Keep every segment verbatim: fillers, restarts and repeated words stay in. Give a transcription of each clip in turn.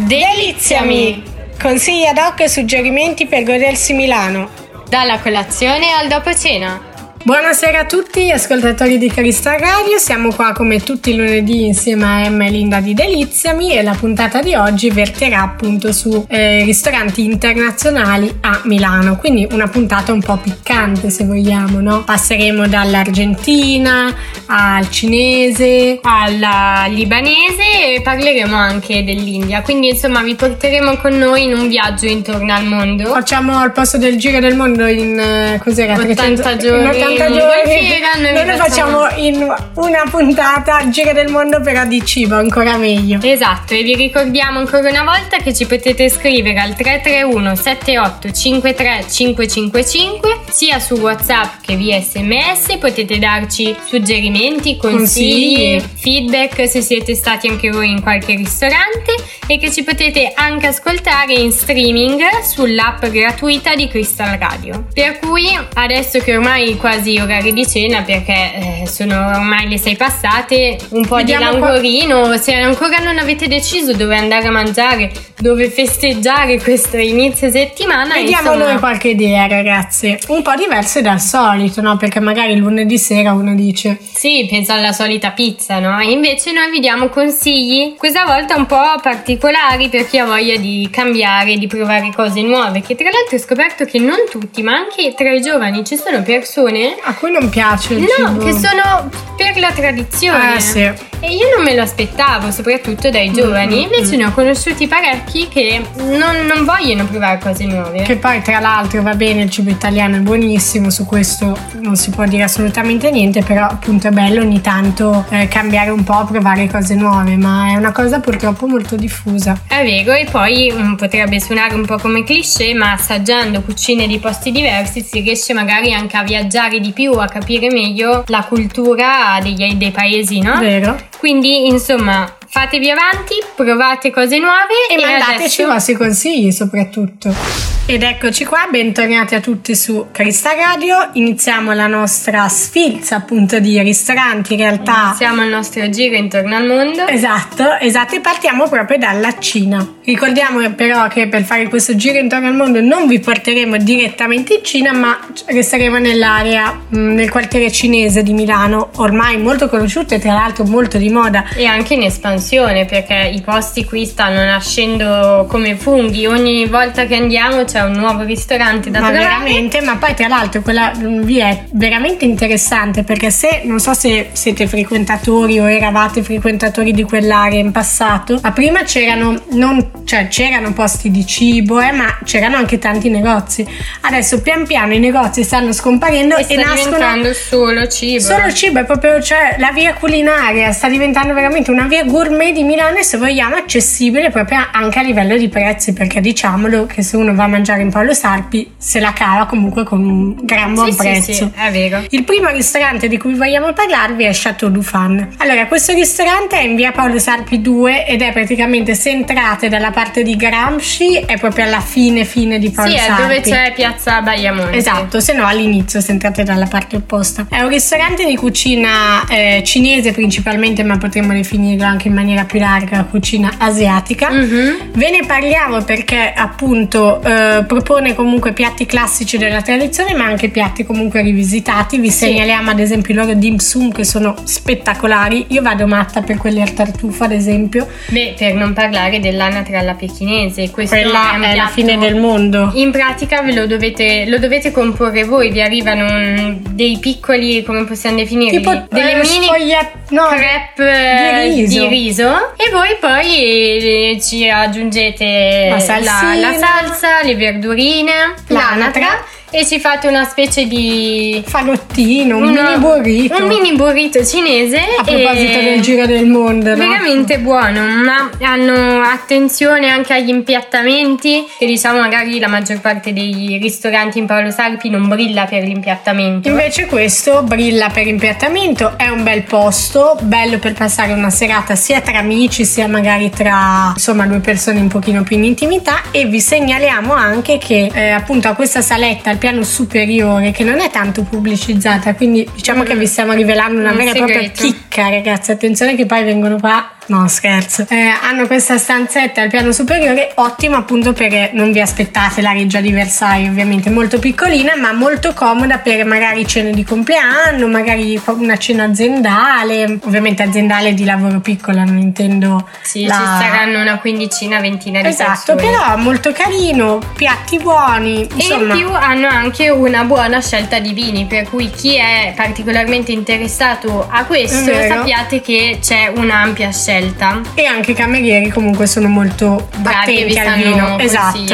Deliziami! Consigli ad hoc e suggerimenti per godersi Milano. Dalla colazione al dopo cena. Buonasera a tutti ascoltatori di Crystal Radio, siamo qua come tutti i lunedì insieme a Emma e Linda di Deliziami e la puntata di oggi verterà appunto su eh, ristoranti internazionali a Milano, quindi una puntata un po' piccante se vogliamo, no? Passeremo dall'Argentina al cinese alla libanese e parleremo anche dell'India, quindi insomma vi porteremo con noi in un viaggio intorno al mondo. Facciamo al posto del giro del mondo in eh, cos'era? ottanta giorni. Giorni. Noi lo facciamo in una puntata giro del mondo, però di cibo ancora meglio. Esatto, e vi ricordiamo ancora una volta che ci potete scrivere al tre tre uno sette otto cinque tre cinque cinque cinque sia su WhatsApp che via sms. Potete darci suggerimenti, consigli, consigli, feedback se siete stati anche voi in qualche ristorante, e che ci potete anche ascoltare in streaming sull'app gratuita di Crystal Radio. Per cui adesso che ormai quasi orari di cena, perché eh, sono ormai le sei passate, un po' Vediamo di languorino qua... se ancora non avete deciso dove andare a mangiare, dove festeggiare questo inizio settimana, vediamo insomma... noi qualche idea, ragazzi, un po' diverse dal solito, no? Perché magari lunedì sera uno dice sì, pensa alla solita pizza, no? E invece noi vi diamo consigli questa volta un po' particolari per chi ha voglia di cambiare, di provare cose nuove, che tra l'altro ho scoperto che non tutti, ma anche tra i giovani ci sono persone a cui non piace il no, cibo. Che sono per la tradizione. Ah, sì. E io non me lo aspettavo, soprattutto dai giovani. Mm-hmm. Invece ne ho conosciuti parecchi che non, non vogliono provare cose nuove. Che poi tra l'altro va bene, il cibo italiano è buonissimo, su questo non si può dire assolutamente niente, però appunto è bello ogni tanto eh, cambiare un po', provare cose nuove, ma è una cosa purtroppo molto diffusa. È vero, e poi um, potrebbe suonare un po' come cliché, ma assaggiando cucine di posti diversi si riesce magari anche a viaggiare di più, a capire meglio la cultura degli, dei paesi, no? Vero. Quindi insomma fatevi avanti, provate cose nuove e, e mandateci adesso... i vostri consigli soprattutto. Ed eccoci qua, bentornati a tutti su Crystal Radio. Iniziamo la nostra sfilza appunto di ristoranti, in realtà iniziamo il nostro giro intorno al mondo. Esatto, esatto, e partiamo proprio dalla Cina. Ricordiamo però che per fare questo giro intorno al mondo non vi porteremo direttamente in Cina, ma resteremo nell'area, nel quartiere cinese di Milano, ormai molto conosciuto e tra l'altro molto di moda e anche in espansione, perché i posti qui stanno nascendo come funghi. Ogni volta che andiamo c'è un nuovo ristorante da ma trovare. Veramente, ma poi tra l'altro quella via è veramente interessante, perché se non so se siete frequentatori o eravate frequentatori di quell'area in passato, ma prima c'erano non cioè c'erano posti di cibo, eh, ma c'erano anche tanti negozi. Adesso pian piano i negozi stanno scomparendo e, e sta nascono diventando solo cibo. Solo cibo, è proprio, cioè la via culinaria sta diventando veramente una via gourmet di Milano, e se vogliamo accessibile proprio anche a livello di prezzi, perché diciamolo che se uno va a mangiare in Paolo Sarpi se la cava comunque con un gran buon sì, prezzo. Sì, sì, è vero. Il primo ristorante di cui vogliamo parlarvi è Chateau du Fan. Allora, questo ristorante è in via Paolo Sarpi due ed è praticamente, se entrate dalla parte di Gramsci, è proprio alla fine fine di Paolo sì, Sarpi. Sì, è dove c'è piazza Baiamonte. Esatto, se no all'inizio se entrate dalla parte opposta. È un ristorante di cucina eh, cinese principalmente, ma potremmo definirlo anche in maniera più larga cucina asiatica. Mm-hmm. Ve ne parliamo perché appunto eh, propone comunque piatti classici della tradizione, ma anche piatti comunque rivisitati. Vi sì. segnaliamo ad esempio i loro dim sum, che sono spettacolari. Io vado matta per quelli al tartufo, ad esempio. Beh, per non parlare dell'anatra alla pechinese, questo quella è, è la fine del mondo. In pratica ve lo dovete lo dovete comporre voi. Vi arrivano un, dei piccoli, come possiamo definirli, tipo delle eh, mini sfoglia... no, crepe di riso. di riso, e voi poi ci aggiungete la, la, la salsa, le verdurine, l'anatra, l'anatra e ci fate una specie di fagottino, un uno, mini burrito un mini burrito cinese. A proposito e del giro del mondo, no? Veramente buono, ma hanno attenzione anche agli impiattamenti, che diciamo magari la maggior parte dei ristoranti in Paolo Sarpi non brilla per l'impiattamento. Invece questo brilla per l'impiattamento, è un bel posto, bello per passare una serata sia tra amici sia magari tra insomma due persone un pochino più in intimità. E vi segnaliamo anche che eh, appunto a questa saletta al piano superiore, che non è tanto pubblicizzata, quindi diciamo mm. che vi stiamo rivelando una un vera e propria chicca ricca, ragazzi, attenzione che poi vengono qua, no scherzo, eh, hanno questa stanzetta al piano superiore ottima appunto perché non vi aspettate la reggia di Versailles, ovviamente molto piccolina ma molto comoda per magari cene di compleanno, magari una cena aziendale, ovviamente aziendale di lavoro piccola, non intendo sì, la... ci saranno una quindicina, ventina di esatto, persone. però molto carino, piatti buoni, insomma. E in più hanno anche una buona scelta di vini, per cui chi è particolarmente interessato a questo sappiate che c'è un'ampia scelta. E anche i camerieri comunque sono molto bravi, vi al vino. Esatto.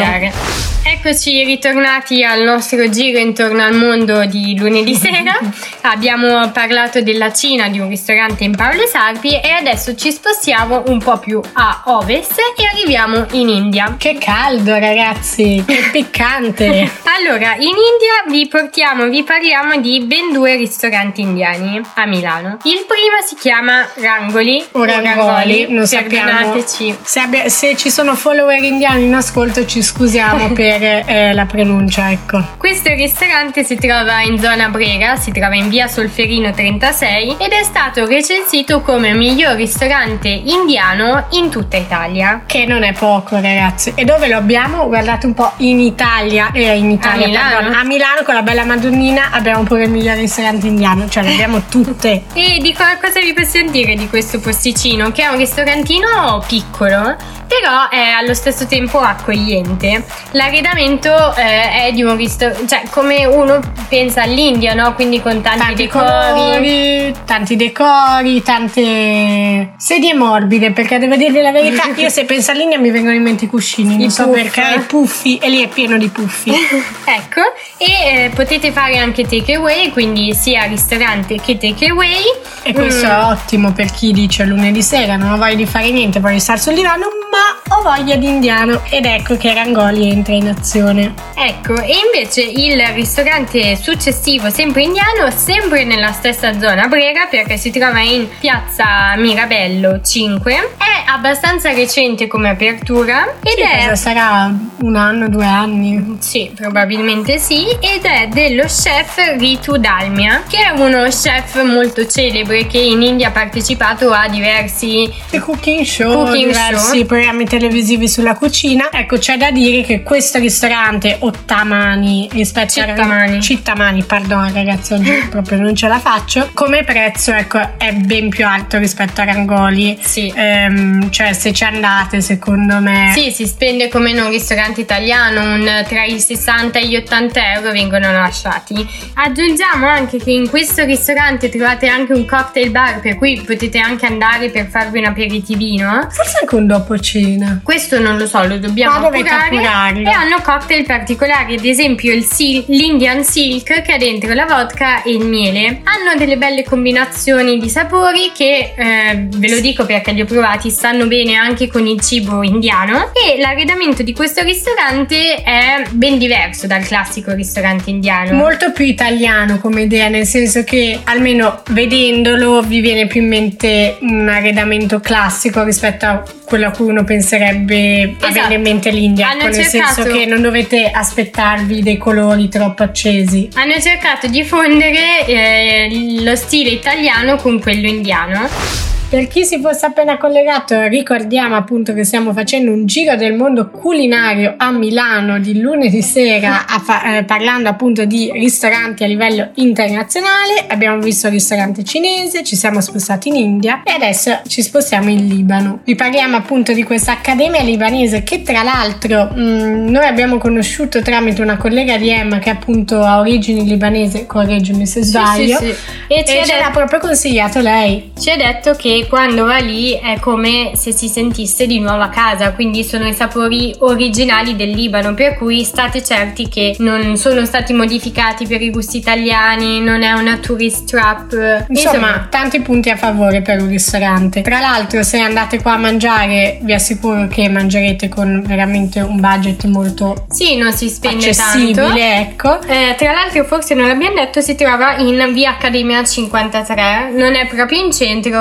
Eccoci ritornati al nostro giro intorno al mondo di lunedì sera. Abbiamo parlato della Cina, di un ristorante in Paolo Sarpi, e adesso ci spostiamo un po' più a ovest e arriviamo in India. Che caldo, ragazzi, che piccante. Allora, in India vi portiamo, vi parliamo di ben due ristoranti indiani a Milano. Il primo si chiama Rangoli o Rangoli, non sappiamo. Se, abbia, se ci sono follower indiani in ascolto ci scusiamo per eh, la pronuncia, ecco. Questo ristorante si trova in zona Brera, si trova in via Solferino trentasei ed è stato recensito come miglior ristorante indiano in tutta Italia. Che non è poco, ragazzi. E dove lo abbiamo? Guardate un po', in Italia, eh, in Italia, a Milano. Pardon, a Milano con la bella Madonnina abbiamo pure il miglior ristorante indiano, cioè le abbiamo tutte. E di cosa vi possiamo dire di questo posticino? Che è un ristorantino piccolo, però è allo stesso tempo accogliente. L'arredamento eh, è di un ristorante, cioè come uno pensa all'India, no? Quindi con tanti, tanti decori, colori, tanti decori, tante sedie morbide, perché devo dirvi la verità, io se penso all'India mi vengono in mente i cuscini, non so perché, i puffi, e lì è pieno di puffi. Ecco, e eh, potete fare anche take away, quindi sia ristorante che take away. E questo mm. è ottimo per chi dice lunedì sera non ho voglia di fare niente, voglio stare sul divano, ma ho voglia di indiano, ed ecco che Rangoli entra in azione. Ecco, e invece il ristorante successivo, sempre indiano, sempre nella stessa zona Brera, perché si trova in piazza Mirabello cinque, è abbastanza recente come apertura ed sì, è... cosa sarà? Un anno, due anni? Sì, probabilmente sì, ed è dello chef Ritu Dalmia, che è uno chef molto celebre che in India ha partecipato a diversi The cooking show, cooking diversi show. programmi televisivi sulla cucina. Ecco, c'è da dire che questo ristorante Ottamani rispetto Cittamani. a Cittamani, pardon ragazzi, oggi proprio non ce la faccio, come prezzo ecco è ben più alto rispetto a Rangoli. Sì. Ehm, cioè se ci andate, secondo me sì, si spende come in un ristorante italiano, un, tra i sessanta e gli ottanta euro vengono lasciati. Aggiungiamo anche che in questo ristorante trovate anche un cocktail bar, per cui potete anche andare per farvi un aperitivino, forse anche un dopo cena. Questo non lo so, lo dobbiamo Ma dovete appurare. appurarlo. E hanno cocktail particolari, ad esempio il sil- l'Indian Silk, che ha dentro la vodka e il miele. Hanno delle belle combinazioni di sapori che eh, ve lo dico perché li ho provati, stanno bene anche con il cibo indiano, e l'arredamento di questo ristorante è ben diverso dal classico ristorante indiano, molto più italiano come idea, nel senso che almeno vedendolo vi viene più in mente un arredamento classico rispetto a quello a cui uno penserebbe esatto. avendo in mente l'India, ecco, nel cercato, senso che non dovete aspettarvi dei colori troppo accesi. Hanno cercato di fondere eh, lo stile italiano con quello indiano. Per chi si fosse appena collegato, ricordiamo appunto che stiamo facendo un giro del mondo culinario a Milano di lunedì sera, a fa- eh, parlando appunto di ristoranti a livello internazionale. Abbiamo visto il ristorante cinese, ci siamo spostati in India e adesso ci spostiamo in Libano. Vi parliamo appunto di questa accademia libanese che tra l'altro mh, noi abbiamo conosciuto tramite una collega di Emma che appunto ha origini libanese, correggimi se sbaglio, sì, sì, sì. e, e ce l'ha proprio consigliato lei. Ci ha detto che quando va lì è come se si sentisse di nuovo a casa, quindi sono i sapori originali del Libano, per cui state certi che non sono stati modificati per i gusti italiani, non è una tourist trap. Insomma, Insomma tanti punti a favore per un ristorante. Tra l'altro, se andate qua a mangiare vi assicuro che mangerete con veramente un budget molto sì, non si spende accessibile, tanto. Ecco. Eh, tra l'altro, forse non l'abbiamo detto, si trova in via Accademia cinquantatré, non è proprio in centro, comunque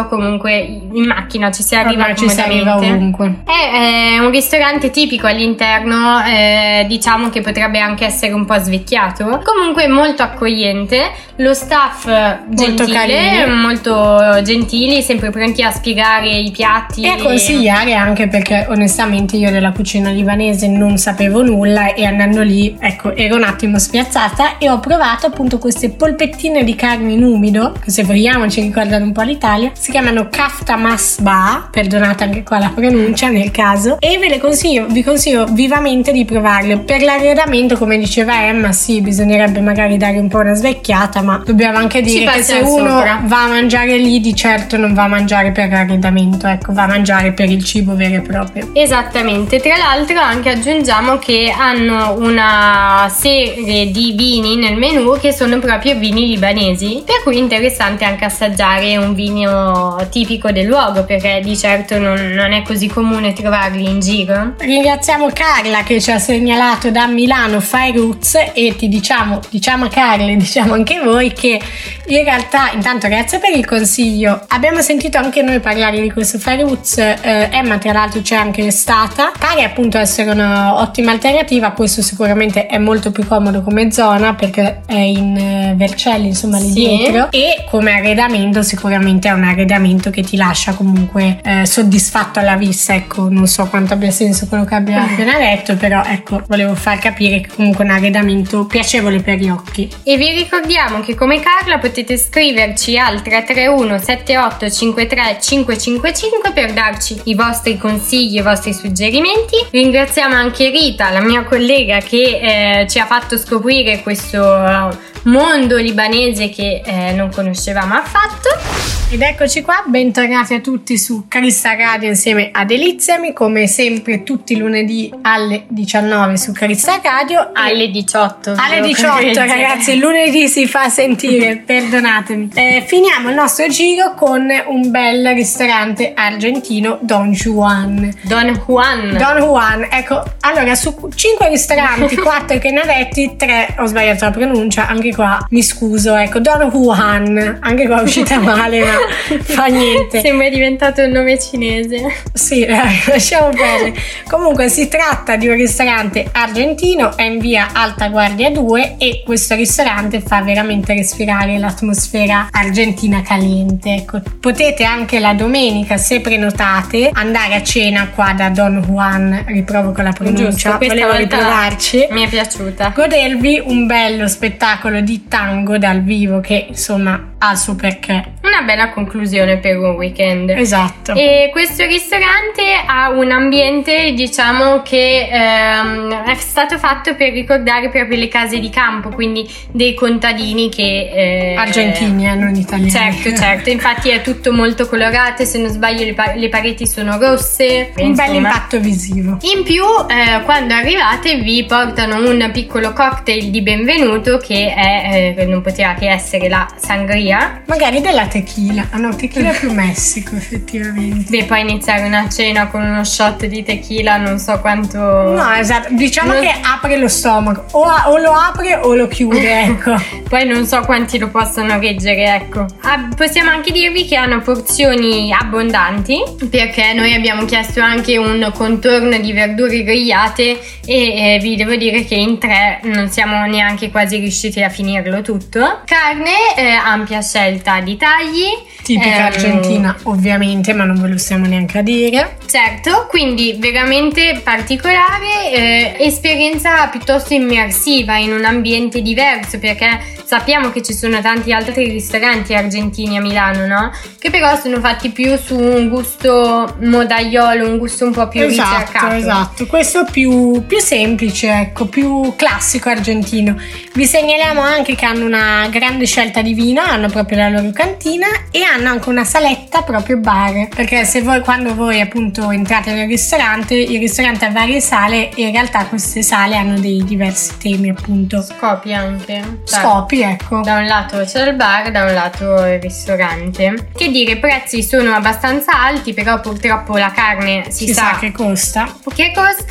comunque in macchina ci si arriva ormai ci si arriva ovunque. È eh, un ristorante tipico all'interno, eh, diciamo che potrebbe anche essere un po' svecchiato, comunque molto accogliente, lo staff Molto gentile, carini. molto gentili, sempre pronti a spiegare i piatti E a consigliare, anche perché onestamente io della cucina libanese non sapevo nulla e andando lì, ecco, ero un attimo spiazzata e ho provato appunto queste polpettine di carne in umido, che se vogliamo ci ricordano un po' l'Italia, si chiamano kafta masba, perdonate anche qua la pronuncia nel caso, e ve le consiglio, vi consiglio vivamente di provarle. Per l'arredamento, come diceva Emma, sì, bisognerebbe magari dare un po' una svecchiata, ma dobbiamo anche dire che se uno sopra. va a mangiare lì di certo non va a mangiare per l'arredamento, ecco, va a mangiare per il cibo vero e proprio. Esattamente, tra l'altro anche aggiungiamo che hanno una serie di vini nel menù che sono proprio vini libanesi, per cui è interessante anche assaggiare un vino tipico del luogo, perché di certo non, non è così comune trovarli in giro. Ringraziamo Carla che ci ha segnalato da Milano Fai Roots e ti diciamo, diciamo a Carla e diciamo anche voi che in realtà, intanto grazie per il consiglio, abbiamo sentito anche noi parlare di questo Fai Roots, eh, Emma tra l'altro c'è anche stata, pare appunto essere un'ottima alternativa, questo sicuramente è molto più comodo come zona perché è in eh, Vercelli, insomma lì Sì. dietro, e come arredamento sicuramente è un arredamento che ti lascia comunque eh, soddisfatto alla vista, ecco, non so quanto abbia senso quello che abbiamo appena detto, però ecco, volevo far capire che comunque è un arredamento piacevole per gli occhi. E vi ricordiamo che come Carla potete scriverci al tre tre uno sette otto cinque tre cinque cinque cinque per darci i vostri consigli, i vostri suggerimenti. Ringraziamo anche Rita, la mia collega, che eh, ci ha fatto scoprire questo uh, mondo libanese che eh, non conoscevamo affatto. Ed eccoci qua, bentornati a tutti su Carista Radio insieme a Deliziami, come sempre tutti i lunedì alle diciannove su Carista Radio. Alle diciotto. Alle devo diciotto correggere. ragazzi, il lunedì si fa sentire, perdonatemi. Eh, finiamo il nostro giro con un bel ristorante argentino, Don Juan. Don Juan. Don Juan, ecco, allora su cinque ristoranti, quattro che ne ho detti, tre ho sbagliato la pronuncia, anche qua mi scuso, ecco, Don Juan, anche qua è uscita male, ma fa niente. Sembra diventato un nome cinese. Sì, eh, lasciamo perdere. Comunque si tratta di un ristorante argentino, è in via Alta Guardia due e questo ristorante fa veramente respirare l'atmosfera argentina caliente. Ecco, potete anche la domenica, se prenotate, andare a cena qua da Don Juan, riprovo con la pronuncia, Giusto, questa volevo volta riprovarci. mi è piaciuta. Godervi un bello spettacolo di tango dal vivo che insomma ha il suo perché. Una bella conclusione per un weekend. Esatto. E questo ristorante ha un ambiente, diciamo, che ehm, è stato fatto per ricordare proprio le case di campo, quindi dei contadini che eh, Argentini, eh, non italiani. Certo, certo, infatti è tutto molto colorato, se non sbaglio le, pa- le pareti sono rosse. Un insomma. bel impatto visivo. In più, eh, quando arrivate vi portano un piccolo cocktail di benvenuto che è, eh, non poteva che essere la sangria. Magari della tequila. Ah no, tequila più Messico effettivamente. Beh, poi iniziare una cena con uno shot di tequila non so quanto... No, esatto, diciamo Non- che apre lo stomaco, o, a- o lo apre o lo chiude, ecco. Poi non so quanti lo possono reggere, ecco. Ah, possiamo anche dirvi che hanno porzioni abbondanti, perché noi abbiamo chiesto anche un contorno di verdure grigliate e eh, vi devo dire che in tre non siamo neanche quasi riusciti a finirlo tutto. Carne, eh, ampia scelta di tagli. Tipica ehm, argentina, ovviamente, ma non ve lo stiamo neanche a dire. Certo, quindi veramente particolare, eh, esperienza piuttosto immersiva in un ambiente diverso, perché sappiamo che ci sono tanti altri ristoranti argentini a Milano, no? Che però sono fatti più su un gusto modaiolo, un gusto un po' più Esatto, ricercato. esatto. Questo più, più semplice, ecco, più classico argentino. Vi segnaliamo anche che hanno una grande scelta di vino, hanno proprio la loro cantina e hanno anche una saletta proprio bar, perché se voi quando voi appunto entrate nel ristorante, il ristorante ha varie sale e in realtà queste sale hanno dei diversi temi, appunto. Scopi anche. Dai. Scopi, ecco. Da un lato c'è il bar, da un lato il ristorante. Che dire, i prezzi sono abbastanza alti, però purtroppo la carne si, Si sa che costa. che costa.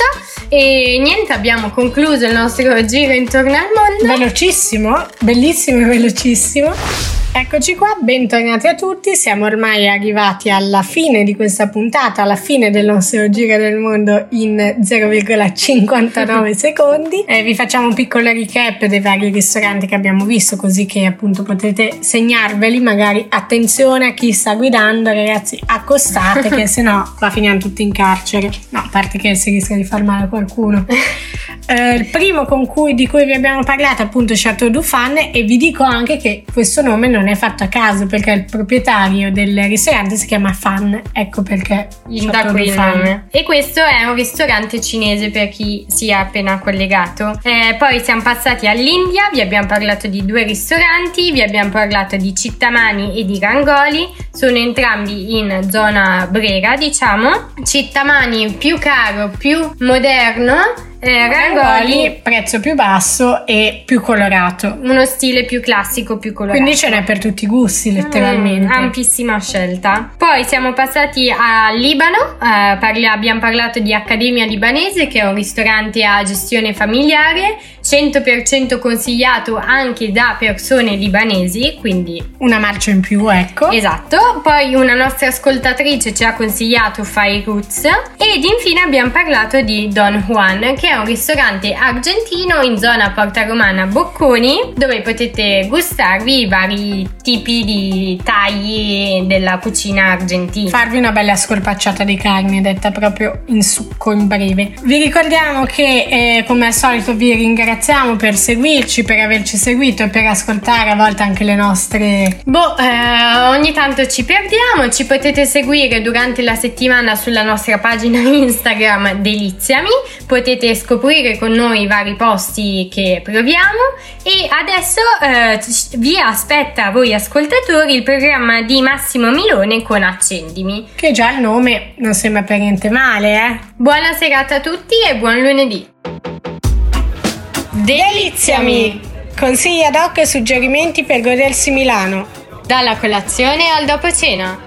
E niente, abbiamo concluso il nostro giro intorno al mondo. Velocissimo, bellissimo e velocissimo. Eccoci qua, bentornati a tutti, siamo ormai arrivati alla fine di questa puntata, alla fine del nostro giro del mondo in zero virgola cinquantanove secondi. Eh, vi facciamo un piccolo recap dei vari ristoranti che abbiamo visto, così che appunto potete segnarveli, magari attenzione a chi sta guidando, ragazzi, accostate che sennò va finiamo tutti in carcere, no, a parte che si rischia di far male a qualcuno. Eh, il primo con cui, di cui vi abbiamo parlato appunto è Chateau du Fan, e vi dico anche che questo nome non è fatto a caso perché il proprietario del ristorante si chiama Fan, ecco perché da qui il nome. E questo è un ristorante cinese per chi si è appena collegato. Eh, poi siamo passati all'India, vi abbiamo parlato di due ristoranti, vi abbiamo parlato di Cittamani e di Rangoli, sono entrambi in zona Brera, diciamo. Cittamani più caro, più moderno, Eh, Rangoli prezzo più basso e più colorato, uno stile più classico, più colorato, quindi ce n'è per tutti i gusti letteralmente. mm, ampissima scelta. Poi siamo passati al Libano, eh, parli- abbiamo parlato di Accademia Libanese, che è un ristorante a gestione familiare, cento per cento consigliato anche da persone libanesi, quindi una marcia in più, ecco. Esatto. Poi una nostra ascoltatrice ci ha consigliato Fai Roots, ed infine abbiamo parlato di Don Juan, che è un ristorante argentino in zona Porta Romana Bocconi, dove potete gustarvi i vari tipi di tagli della cucina argentina, farvi una bella scorpacciata di carne, detta proprio in succo, in breve. Vi ricordiamo che eh, come al solito vi ringraziamo per seguirci, per averci seguito e per ascoltare a volte anche le nostre boh eh, ogni tanto ci perdiamo. Ci potete seguire durante la settimana sulla nostra pagina Instagram Deliziami, potete scoprire con noi i vari posti che proviamo, e adesso eh, vi aspetta a voi ascoltatori il programma di Massimo Milone con Accendimi, che già il nome non sembra per niente male, eh? Buona serata a tutti e buon lunedì. Deliziami! Consigli ad hoc e suggerimenti per godersi Milano, dalla colazione al dopo cena.